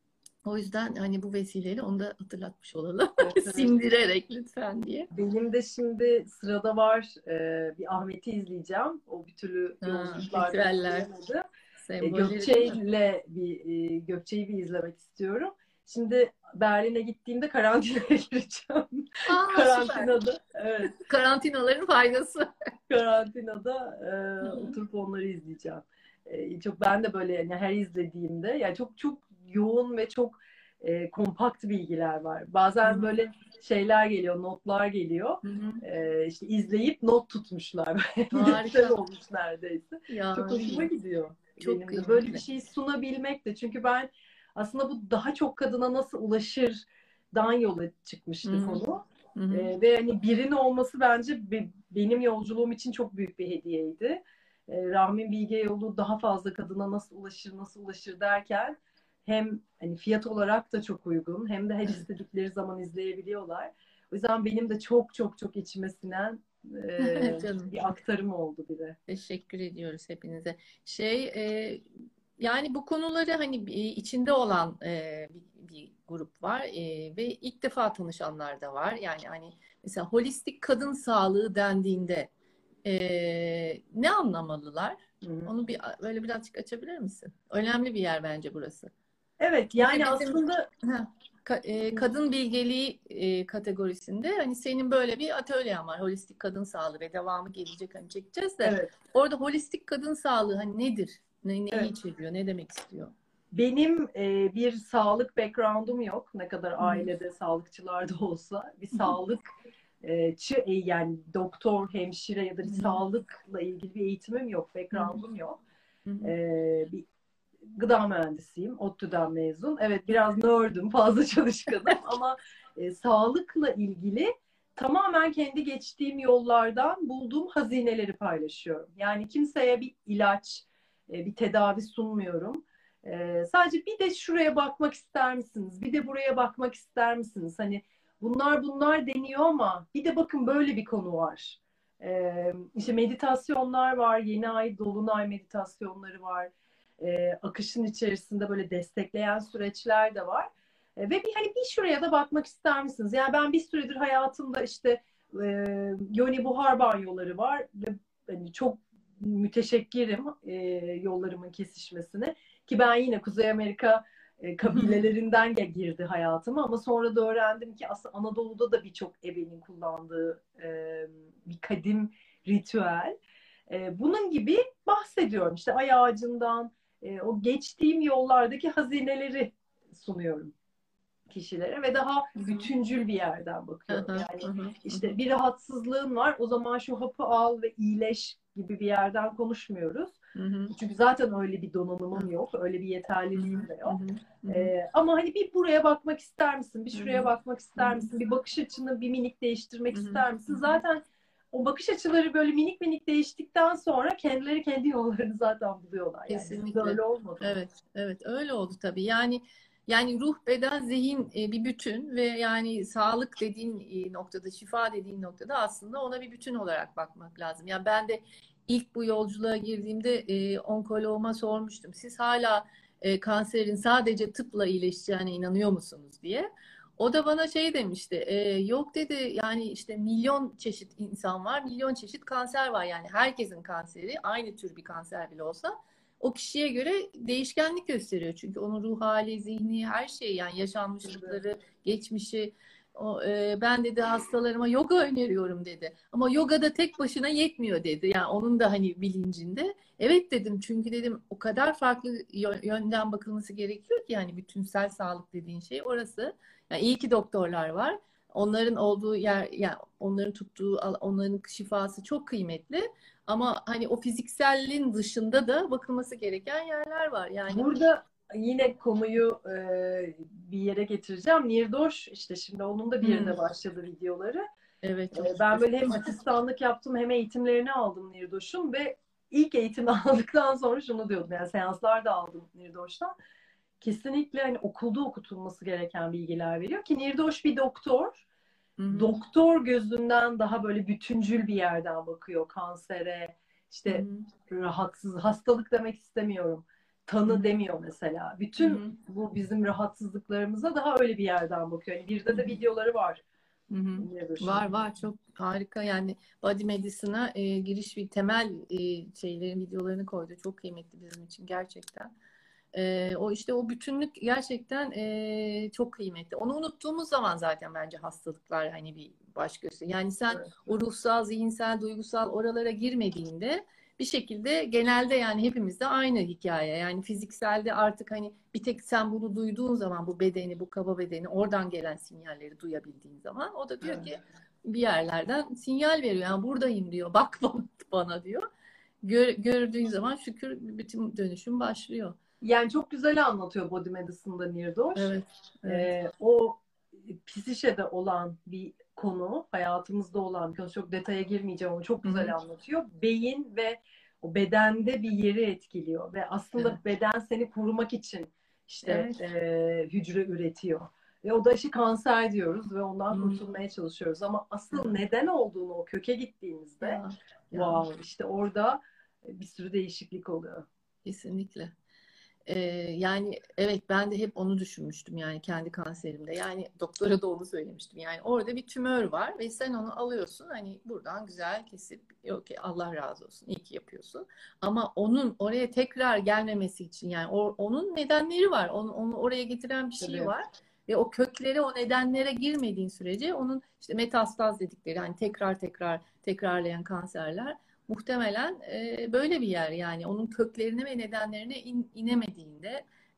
O yüzden hani bu vesileyle onu da hatırlatmış olalım. Evet, evet. Sindirerek lütfen diye. Benim de şimdi sırada var e, bir Ahmet'i izleyeceğim. O bir türlü Ha, yolculuklarda ritüeller, izleyemedi. E, sembolleri değil mi? Gökçe'yle bir e, Gökçe'yi bir izlemek istiyorum. Şimdi Berlin'e gittiğimde karantinaya gireceğim. Aa süper. Karantinada, evet, Karantinaların faydası. karantinada Hı e, hı. oturup onları izleyeceğim. E, çok ben de böyle yani her izlediğimde yani çok çok yoğun ve çok e, kompakt bilgiler var. Hı Bazen hı. böyle şeyler geliyor, notlar geliyor. Hı hı. E, işte izleyip not tutmuşlar. Defter Harika. olmuş neredeyse. Ya Çok ne hoşuma iyi. gidiyor Çok benim de. Böyle bir kıymetli. şey sunabilmek de. Çünkü ben aslında bu daha çok kadına nasıl ulaşırdan yola Hı çıkmıştı hı. konu. Hı hı. Ee, ve hani birin olması bence be- benim yolculuğum için çok büyük bir hediyeydi. Ee, Rahmin Bilge Yolu daha fazla kadına nasıl ulaşır, nasıl ulaşır derken hem hani fiyat olarak da çok uygun hem de her Evet. istedikleri zaman izleyebiliyorlar. O yüzden benim de çok çok çok içime sinen e, Canım. bir aktarım oldu bir de. Teşekkür ediyoruz hepinize. Şey e, yani bu konuları hani e, içinde olan e, bir, bir grup var e, ve ilk defa tanışanlar da var. Yani hani mesela holistik kadın sağlığı dendiğinde e, ne anlamalılar? Hı hı. Onu bir böyle birazcık açabilir misin? Önemli bir yer bence burası. Evet Bir de yani bizim aslında ha, ka- e, kadın bilgeliği e, kategorisinde hani senin böyle bir atölyen var. Holistik kadın sağlığı ve devamı gelecek hani çekeceğiz de evet, orada holistik kadın sağlığı hani nedir? Ne, neyi evet. içeriyor? Ne demek istiyor? benim e, bir sağlık background'um yok. Ne kadar Hı hı. ailede sağlıkçılar da olsa bir sağlık e, çı- e, yani doktor, hemşire ya da bir Hı hı. sağlıkla ilgili bir eğitimim yok, Hı hı. background'um yok. Hı hı. E, bir gıda mühendisiyim, ODTÜ'den mezun. Evet, biraz nerd'üm, fazla çalışkanım ama e, sağlıkla ilgili tamamen kendi geçtiğim yollardan bulduğum hazineleri paylaşıyorum. Yani kimseye bir ilaç, e, bir tedavi sunmuyorum. E, sadece bir de şuraya bakmak ister misiniz? Bir de buraya bakmak ister misiniz? Hani bunlar bunlar deniyor ama bir de bakın böyle bir konu var. E, işte meditasyonlar var, yeni ay dolunay meditasyonları var, e, akışın içerisinde böyle destekleyen süreçler de var. E, ve bir hani bir şuraya da bakmak ister misiniz? Yani ben bir süredir hayatımda işte e, yoni buhar banyoları var ve hani çok müteşekkirim e, yollarımın kesişmesine, ki ben yine Kuzey Amerika e, kabilelerinden de girdi hayatıma ama sonra da öğrendim ki aslında Anadolu'da da birçok ebenin kullandığı e, bir kadim ritüel. E, bunun gibi bahsediyorum. İşte ay ağacından, e, o geçtiğim yollardaki hazineleri sunuyorum kişilere ve daha Hı hı. bütüncül bir yerden Hı bakıyorum. hı. Yani Hı hı. Hı işte hı. bir rahatsızlığın var, o zaman şu hapı al ve iyileş gibi bir yerden konuşmuyoruz. Hı hı. Çünkü zaten öyle bir donanımım yok, öyle bir Hı hı. yeterliliğim de Hı yok. hı. Hı hı. Ee, ama hani bir buraya bakmak ister misin, bir Hı şuraya hı. bakmak Hı ister hı. misin, bir bakış açını bir minik değiştirmek Hı hı. ister misin? Zaten o bakış açıları böyle minik minik değiştikten sonra kendileri kendi yollarını zaten buluyorlar. Yani bizde Kesinlikle. öyle olmadı mı? Evet, evet öyle oldu tabii. Yani yani ruh, beden, zihin e, bir bütün ve yani sağlık dediğin e, noktada, şifa dediğin noktada aslında ona bir bütün olarak bakmak lazım. Yani ben de ilk bu yolculuğa girdiğimde e, onkoloğuma sormuştum. Siz hala e, kanserin sadece tıpla iyileşeceğine inanıyor musunuz diye. O da bana şey demişti. E, yok dedi, yani işte milyon çeşit insan var, milyon çeşit kanser var. Yani herkesin kanseri aynı tür bir kanser bile olsa o kişiye göre değişkenlik gösteriyor. Çünkü onun ruh hali, zihni, her şey, yani yaşanmışlıkları, geçmişi. O, e, ben dedi hastalarıma yoga öneriyorum dedi. Ama yoga da tek başına yetmiyor dedi. Yani onun da hani bilincinde. Evet dedim, çünkü dedim o kadar farklı yönden bakılması gerekiyor ki, yani bütünsel sağlık dediğin şey orası. Yani iyi ki doktorlar var. Onların olduğu yer, yani onların tuttuğu, onların şifası çok kıymetli. Ama hani o fiziksellin dışında da bakılması gereken yerler var. Yani Burada yine konuyu e, bir yere getireceğim. Nirdoş işte şimdi onun da bir hmm, de başladı videoları. evet, çok E, ben şükür. böyle hem asistanlık yaptım hem eğitimlerini aldım Nirdoş'un ve ilk eğitimi aldıktan sonra şunu diyordum, yani seanslar da aldım Nirdoş'tan. Kesinlikle hani okulda okutulması gereken bilgiler veriyor ki Nirdoş bir doktor. Hı hı, Doktor gözünden daha böyle bütüncül bir yerden bakıyor kansere, hı işte hı, rahatsız, hastalık demek istemiyorum. hı Tanı hı, demiyor mesela. hı Bütün hı, bu bizim rahatsızlıklarımıza daha öyle bir yerden bakıyor. Yani hı birde de hı, videoları var. hı hı. Nirdoş'un. Var var, çok harika. Yani Body Medicine'a e, giriş bir temel e, şeylerin videolarını koydu. Çok kıymetli bizim için gerçekten. E, o işte o bütünlük gerçekten e, çok kıymetli. Onu unuttuğumuz zaman zaten bence hastalıklar hani bir baş gösteriyor. Yani sen Evet. o ruhsal, zihinsel, duygusal oralara girmediğinde bir şekilde genelde yani hepimizde aynı hikaye. Yani fizikselde artık hani bir tek sen bunu duyduğun zaman, bu bedeni, bu kaba bedeni, oradan gelen sinyalleri duyabildiğin zaman o da diyor Evet. ki bir yerlerden sinyal veriyor. Yani buradayım diyor. Bak bana, bana diyor. Gör, gördüğün zaman şükür bütün dönüşüm başlıyor. Yani çok güzel anlatıyor Body Medicine'da Nirdoş. Evet, evet. Ee, o psişede olan bir konu, hayatımızda olan bir konu. Çok detaya girmeyeceğim ama çok Hı hı. güzel anlatıyor. Beyin ve o bedende bir yeri etkiliyor ve Evet, aslında beden seni korumak için işte evet. e, hücre üretiyor. Ve o da işte kanser diyoruz ve ondan Hı. kurtulmaya çalışıyoruz. Ama asıl Ya, neden olduğunu o köke gittiğimizde ya, ya. wow, işte orada bir sürü değişiklik oluyor. Kesinlikle. Ee, yani evet, ben de hep onu düşünmüştüm yani kendi kanserimde. Yani doktora da onu söylemiştim. Yani orada bir tümör var ve sen onu alıyorsun, hani buradan güzel kesip, yok ki Allah razı olsun, iyi ki yapıyorsun. Ama onun oraya tekrar gelmemesi için, yani o- onun nedenleri var. Onu, onu oraya getiren bir şey Tabii. var. Ve o kökleri, o nedenlere girmediğin sürece onun işte metastaz dedikleri, yani tekrar tekrar tekrarlayan kanserler muhtemelen e, böyle bir yer, yani onun köklerine ve nedenlerine in, inemediğinde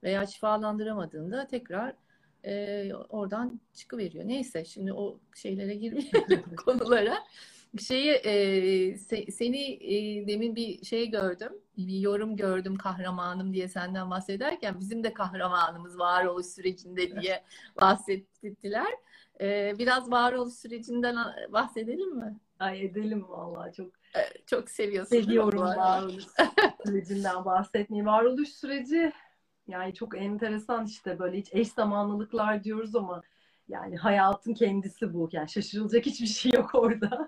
veya şifalandıramadığında tekrar e, oradan çıkıveriyor. Neyse şimdi o şeylere girmeyelim konulara. Şeyi e, se- seni e, demin bir şey gördüm, bir yorum gördüm kahramanım diye senden bahsederken bizim de kahramanımız varoluş sürecinde diye bahsettiler. E, biraz varoluş sürecinden bahsedelim mi? Ay edelim vallahi çok E, çok seviyorsun değil mi bu seviyorum aralar? varoluş sürecinden bahsetmeyi. Varoluş süreci yani çok enteresan işte böyle hiç eş zamanlılıklar diyoruz ama yani hayatın kendisi bu. Yani şaşırılacak hiçbir şey yok orada.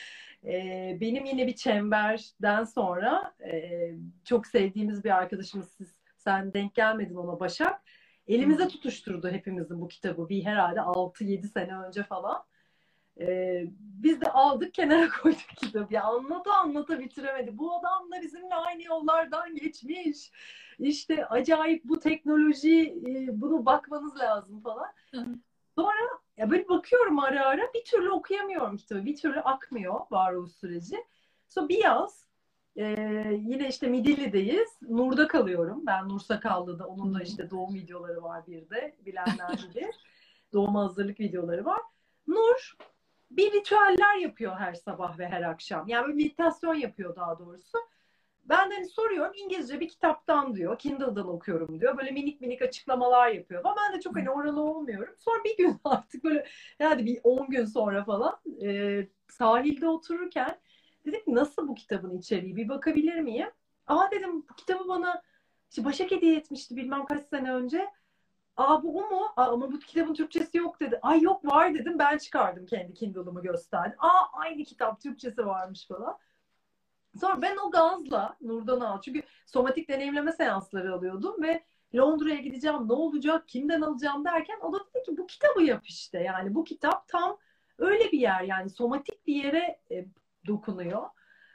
Ee, benim yine bir çemberden sonra e, çok sevdiğimiz bir arkadaşımız siz, sen denk gelmedin ona Başak. Elimize tutuşturdu hepimizin bu kitabı. Bir herhalde altı yedi sene önce falan. Ee, biz de aldık kenara koyduk kitabı. Ya anlata anlata bitiremedi. Bu adam da bizimle aynı yollardan geçmiş. İşte acayip bu teknoloji, e, bunu bakmanız lazım falan. Sonra ya böyle bakıyorum ara ara bir türlü okuyamıyorum kitabı. Bir türlü akmıyor varoluş süreci. Sonra bir yaz e, yine işte Midilli'deyiz. Nur'da kalıyorum. Ben Nur Sakallı'da. Onun da işte doğum videoları var bir de. Bilenler bilir. Doğuma hazırlık videoları var. Nur bir ritüeller yapıyor her sabah ve her akşam. Yani bir meditasyon yapıyor daha doğrusu. Ben de hani soruyorum İngilizce bir kitaptan diyor. Kindle'dan okuyorum diyor. Böyle minik minik açıklamalar yapıyor. Ama ben de çok hani oralı olmuyorum. Sonra bir gün artık böyle herhalde bir on gün sonra falan e, sahilde otururken dedim ki nasıl bu kitabın içeriği bir bakabilir miyim? Aa dedim bu kitabı bana işte Başak hediye etmişti bilmem kaç sene önce. Aa bu o mu? Aa, ama bu kitabın Türkçesi yok dedi. Ay yok var dedim. Ben çıkardım kendi Kindle'ımı gösterdim. Aa aynı kitap Türkçesi varmış falan. Sonra ben o gazla Nur'dan al. Çünkü somatik deneyimleme seansları alıyordum ve Londra'ya gideceğim ne olacak kimden alacağım derken o da dedi ki bu kitabı yap işte. Yani bu kitap tam öyle bir yer yani somatik bir yere e, dokunuyor.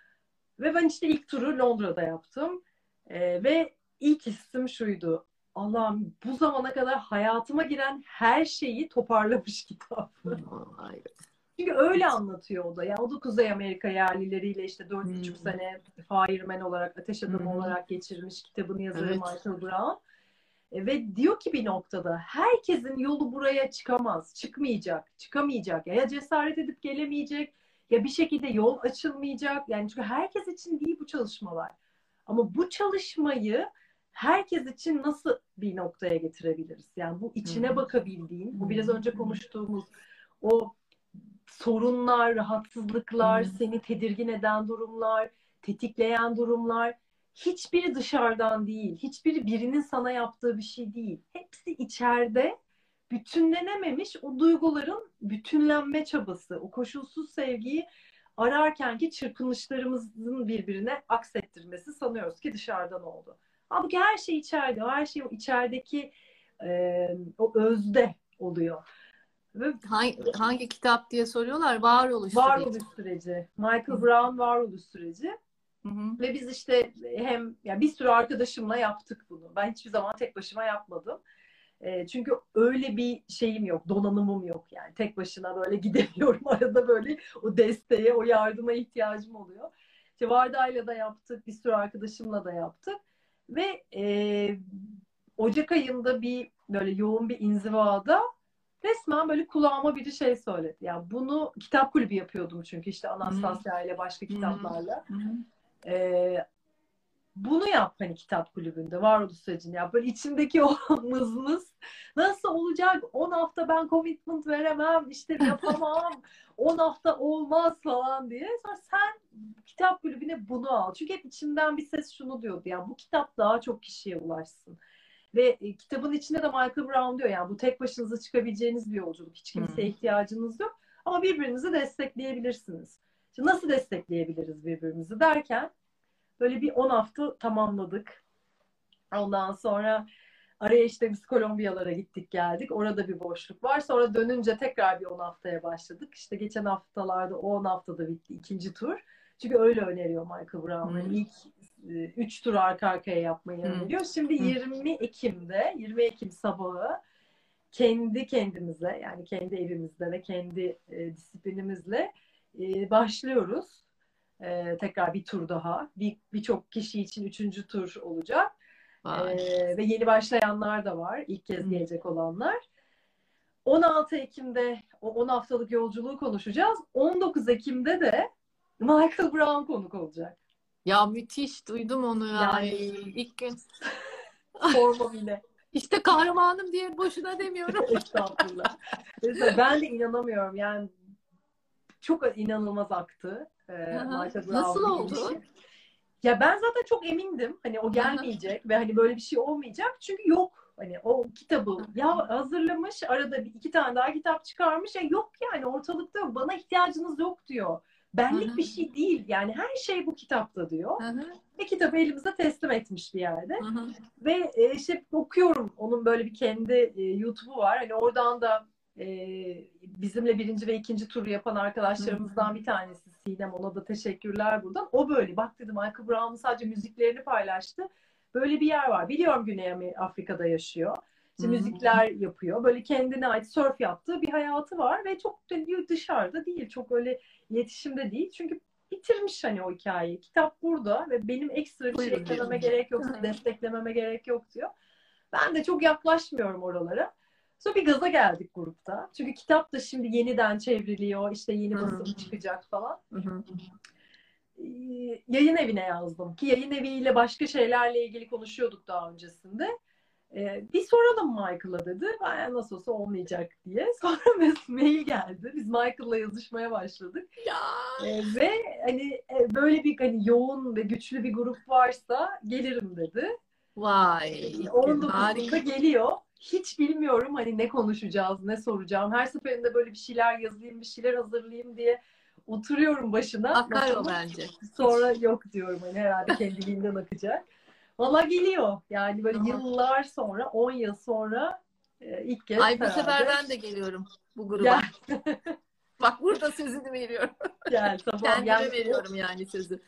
Ve ben işte ilk turu Londra'da yaptım. E, ve ilk hissim şuydu. Allah'ım bu zamana kadar hayatıma giren her şeyi toparlamış kitap. Ay, Çünkü öyle anlatıyor o da. Yani o da Kuzey Amerika yerlileriyle işte dört buçuk hmm. sene fireman olarak, ateş Hı adamı hı. olarak geçirmiş kitabın yazarı Evet. Michael Brown. E, ve diyor ki bir noktada herkesin yolu buraya çıkamaz, çıkmayacak, çıkamayacak. Ya, ya cesaret edip gelemeyecek ya bir şekilde yol açılmayacak. Yani çünkü herkes için değil bu çalışmalar. Ama bu çalışmayı herkes için nasıl bir noktaya getirebiliriz? Yani bu Hı içine hı. bakabildiğin, bu Hı biraz önce konuştuğumuz o sorunlar, rahatsızlıklar, hı. seni tedirgin eden durumlar, tetikleyen durumlar hiçbiri dışarıdan değil. Hiçbiri birinin sana yaptığı bir şey değil. Hepsi içeride bütünlenememiş o duyguların bütünlenme çabası, o koşulsuz sevgiyi ararkenki çırpınışlarımızın birbirine aksettirmesi sanıyoruz ki dışarıdan oldu. Halbuki her şey içeride, her şey o içerideki e, o özde oluyor. Ve Hangi, hangi kitap diye soruyorlar. Varoluş süreci. varoluş süreci. Michael Hı Brown varoluş süreci. hı. Ve biz işte hem yani bir sürü arkadaşımla yaptık bunu. Ben hiçbir zaman tek başıma yapmadım. E, çünkü öyle bir şeyim yok, donanımım yok yani. Tek başına böyle gidemiyorum. Arada böyle o desteğe, o yardıma ihtiyacım oluyor. İşte Varda'yla da yaptık, bir sürü arkadaşımla da yaptık. Ve e, Ocak ayında bir böyle yoğun bir inzivada resmen böyle kulağıma biri şey söyledi. Yani bunu kitap kulübü yapıyordum çünkü işte Hı hı. Anastasia ile başka Hı hı. kitaplarla. Hı hı. Ee, bunu yap hani kitap kulübünde varoluş sürecini yap. Böyle içimdeki o mızmız nasıl olacak? on hafta ben commitment veremem, işte yapamam, on hafta olmaz falan diye. Sonra sen kitap kulübüne bunu al. Çünkü hep içimden bir ses şunu diyordu. Yani bu kitap daha çok kişiye ulaşsın. Ve e, kitabın içinde de Michael Brown diyor yani bu tek başınıza çıkabileceğiniz bir yolculuk. Hiç Hı kimseye ihtiyacınız yok. Ama birbirinizi destekleyebilirsiniz. Şimdi nasıl destekleyebiliriz birbirimizi derken böyle bir on hafta tamamladık. Ondan sonra araya işte biz Kolombiyalara gittik geldik. Orada bir boşluk var. Sonra dönünce tekrar bir on haftaya başladık. İşte geçen haftalarda o on haftada bitti ikinci tur. Çünkü öyle öneriyor Michael Brown. Yani hı. ilk üç tur arka arkaya yapmayı Hı öneriyor. Şimdi hı. yirmi Ekim'de, yirmi Ekim sabahı kendi kendimize yani kendi evimizde ve kendi e, disiplinimizle e, başlıyoruz. E, tekrar bir tur daha. Bir birçok kişi için üçüncü tur olacak. Vay. Ee, ve yeni başlayanlar da var. İlk kez Hı. gelecek olanlar. on altı Ekim'de o on haftalık yolculuğu konuşacağız. on dokuz Ekim'de de Michael Brown konuk olacak. Ya müthiş, duydum onu ya. Yani İlk gün. sorma bile. İşte kahramanım diye boşuna demiyorum. Estağfurullah. Mesela ben de inanamıyorum. Yani çok inanılmaz aktı. Ee, Aha. Michael Nasıl Brown'un oldu? gelişi. Ya ben zaten çok emindim. Hani o Aha. gelmeyecek ve hani böyle bir şey olmayacak. Çünkü yok. Hani o kitabı ya hazırlamış, arada bir iki tane daha kitap çıkarmış. Ya yok yani ortalıkta yok. Bana ihtiyacınız yok diyor. Benlik Aha. bir şey değil. Yani her şey bu kitapta diyor. Aha. Ve kitabı elimize teslim etmiş bir yerde. Aha. Ve e, işte okuyorum. Onun böyle bir kendi e, YouTube'u var. Hani oradan da e, bizimle birinci ve ikinci turu yapan arkadaşlarımızdan bir tanesi Sinem. Ona da teşekkürler buradan. O böyle bak dedi Michael Brown'un sadece müziklerini paylaştı. Böyle bir yer var. Biliyorum Güney Afrika'da yaşıyor. İşte Hı. müzikler yapıyor. Böyle kendine ait surf yaptığı bir hayatı var ve çok da dışarıda değil. Çok öyle iletişimde değil. Çünkü bitirmiş hani o hikayeyi. Kitap burada ve benim ekstra bir şey Buyurun eklememe diyor. gerek yok, Aha. desteklememe gerek yok diyor. Ben de çok yaklaşmıyorum oralara. Sonra bir gaza geldik grupta. Çünkü kitap da şimdi yeniden çevriliyor. İşte yeni Hı. basım çıkacak falan. Hı hı. Ee, Yayın evine yazdım. Ki yayın eviyle başka şeylerle ilgili konuşuyorduk daha öncesinde. Ee, bir soralım Michael'a dedi. Ben nasıl olsa olmayacak diye. Sonra mail geldi. Biz Michael'la yazışmaya başladık. Ya. Ee, ve hani e, böyle bir hani yoğun ve güçlü bir grup varsa gelirim dedi. Vay. Ee, İlk gün. on dokuzunda Harika. geliyor. Hiç bilmiyorum hani ne konuşacağız, ne soracağım. Her seferinde böyle bir şeyler yazayım, bir şeyler hazırlayayım diye oturuyorum başına. Akar o Masamın. bence. Sonra yok diyorum hani herhalde kendiliğinden akacak. Valla geliyor. Yani böyle Aha. yıllar sonra, on yıl sonra e, ilk kez Ay bu sefer herhalde. ben de geliyorum bu gruba. Gel, Bak burada sözünü veriyorum. gel tamam. Kendime Yani o veriyorum yani sözü.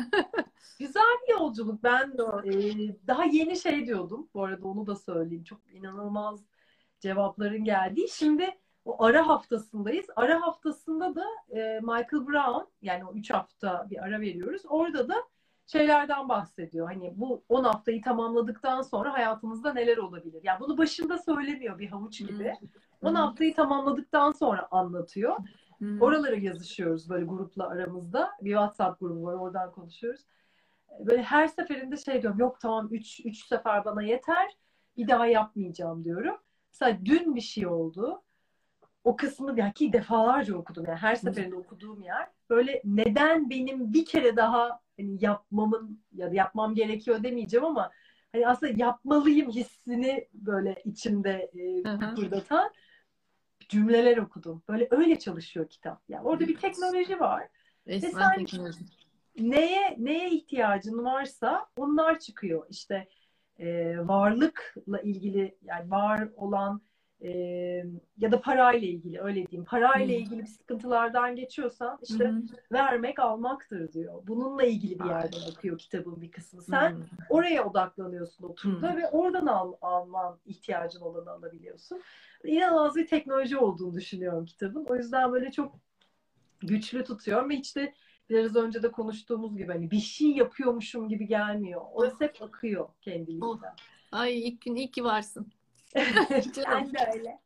güzel bir yolculuk. Ben Doğru. e, daha yeni şey diyordum. Bu arada onu da söyleyeyim. Çok inanılmaz cevapların geldiği. Şimdi o ara haftasındayız. Ara haftasında da e, Michael Brown yani o üç hafta bir ara veriyoruz. Orada da şeylerden bahsediyor. Hani bu on haftayı tamamladıktan sonra hayatımızda neler olabilir? Yani bunu başında söylemiyor bir havuç Hı. gibi. Hı. on haftayı tamamladıktan sonra anlatıyor. Hı. Oraları yazışıyoruz böyle grupla aramızda. Bir WhatsApp grubu var oradan konuşuyoruz. Böyle her seferinde şey diyorum yok tamam üç üç sefer bana yeter. Bir daha yapmayacağım diyorum. Mesela dün bir şey oldu. O kısmı ya ki defalarca okudum yani her seferinde okuduğum yer. Böyle neden benim bir kere daha hani yapmamın ya da yapmam gerekiyor demeyeceğim ama hani aslında yapmalıyım hissini böyle içimde e, Hı hı. kıpırdatan cümleler okudum. Böyle öyle çalışıyor kitap. Yani orada bir teknoloji var. Ve Resmen sen teknoloji. neye neye ihtiyacın varsa onlar çıkıyor. İşte e, varlıkla ilgili yani var olan e, ya da parayla ilgili öyle diyeyim. Parayla Hı. ilgili bir sıkıntılardan geçiyorsan Hı işte hı. vermek almaktır diyor. Bununla ilgili bir Ay. yerden akıyor kitabın bir kısmı. Sen Hı. oraya odaklanıyorsun o Hı. turda ve oradan al, alman ihtiyacın olanı alabiliyorsun. İnanılmaz bir teknoloji olduğunu düşünüyorum kitabın. O yüzden böyle çok güçlü tutuyor ve hiç de biraz önce de konuştuğumuz gibi hani bir şey yapıyormuşum gibi gelmiyor. Orası hep akıyor Oh. kendiliğinden. Ay ilk gün iyi ki varsın. Canım. Sen de öyle.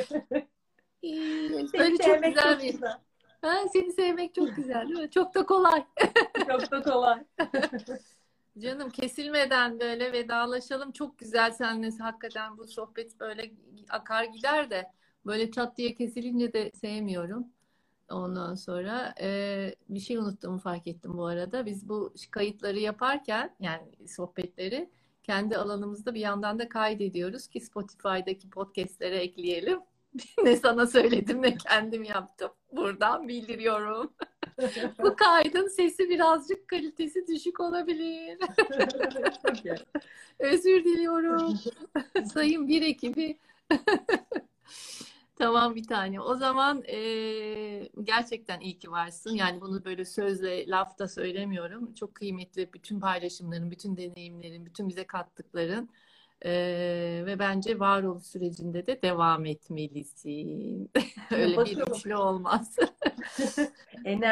İyi. Seni Böyle çok sevmek güzel çok bir. güzel. Ha, seni sevmek çok güzel değil mi? Çok da kolay. Çok da kolay. Canım kesilmeden böyle vedalaşalım. Çok güzel seninle hakikaten bu sohbet böyle akar gider de böyle çat diye kesilince de sevmiyorum. Ondan sonra e, bir şey unuttuğumu fark ettim bu arada. Biz bu kayıtları yaparken yani sohbetleri kendi alanımızda bir yandan da kaydediyoruz ki Spotify'daki podcastlere ekleyelim. Ne sana söyledim ne kendim yaptım. Buradan bildiriyorum. Bu kaydın sesi birazcık kalitesi düşük olabilir. Çok iyi. Özür diliyorum. Sayın bir ekibi. Tamam bir tane. O zaman eee, gerçekten iyi ki varsın. Yani bunu böyle sözle, lafta söylemiyorum. Çok kıymetli bütün paylaşımların, bütün deneyimlerin, bütün bize kattıkların. Eee, ve bence varoluş sürecinde de devam etmelisin. Öyle bir Bakalım. üçlü olmaz.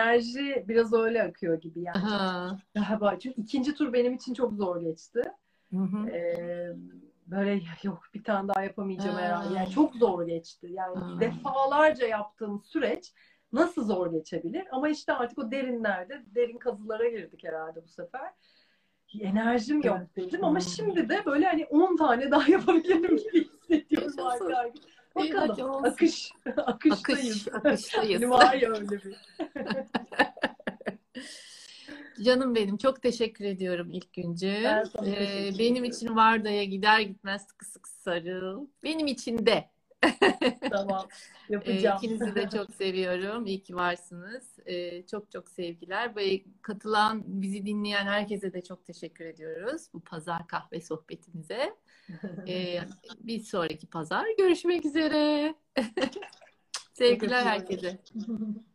Enerji biraz öyle akıyor gibi yani. Ha. Galiba çünkü ikinci tur benim için çok zor geçti. Hı hı. Ee, böyle yok bir tane daha yapamayacağım Ha. herhalde. Yani çok zor geçti. Yani Ha. defalarca yaptığım süreç nasıl zor geçebilir? Ama işte artık o derinlerde derin kazılara girdik herhalde bu sefer. Enerjim yok Evet. dedim Hı. ama şimdi de böyle hani on tane daha yapabilirim gibi hissediyorum Yaşasın. artık. İyi, Bakalım. hadi olsun. Akış. Akıştayız. Akış, akıştayız. Hani var ya öyle bir. Canım benim, çok teşekkür ediyorum ilk güncüm. Ben sana Ee, teşekkür benim ederim. için Varda'ya gider gitmez sıkı sıkı sarıl. Benim için de. Tamam. Ee, Yapacağım. ikinizi de çok seviyorum. İyi ki varsınız. Ee, çok çok sevgiler. Ve katılan, bizi dinleyen herkese de çok teşekkür ediyoruz. Bu pazar kahve sohbetimize. Ee, bir sonraki pazar görüşmek üzere. Çok Sevgiler öpüyorum. herkese.